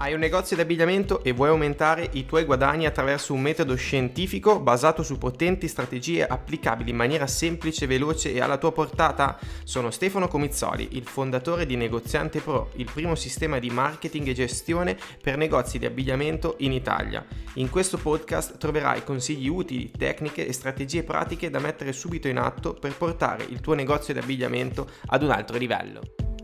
Hai un negozio di abbigliamento e vuoi aumentare i tuoi guadagni attraverso un metodo scientifico basato su potenti strategie applicabili in maniera semplice, veloce e alla tua portata? Sono Stefano Comizzoli, il fondatore di Negoziante Pro, il primo sistema di marketing e gestione per negozi di abbigliamento in Italia. In questo podcast troverai consigli utili, tecniche e strategie pratiche da mettere subito in atto per portare il tuo negozio di abbigliamento ad un altro livello.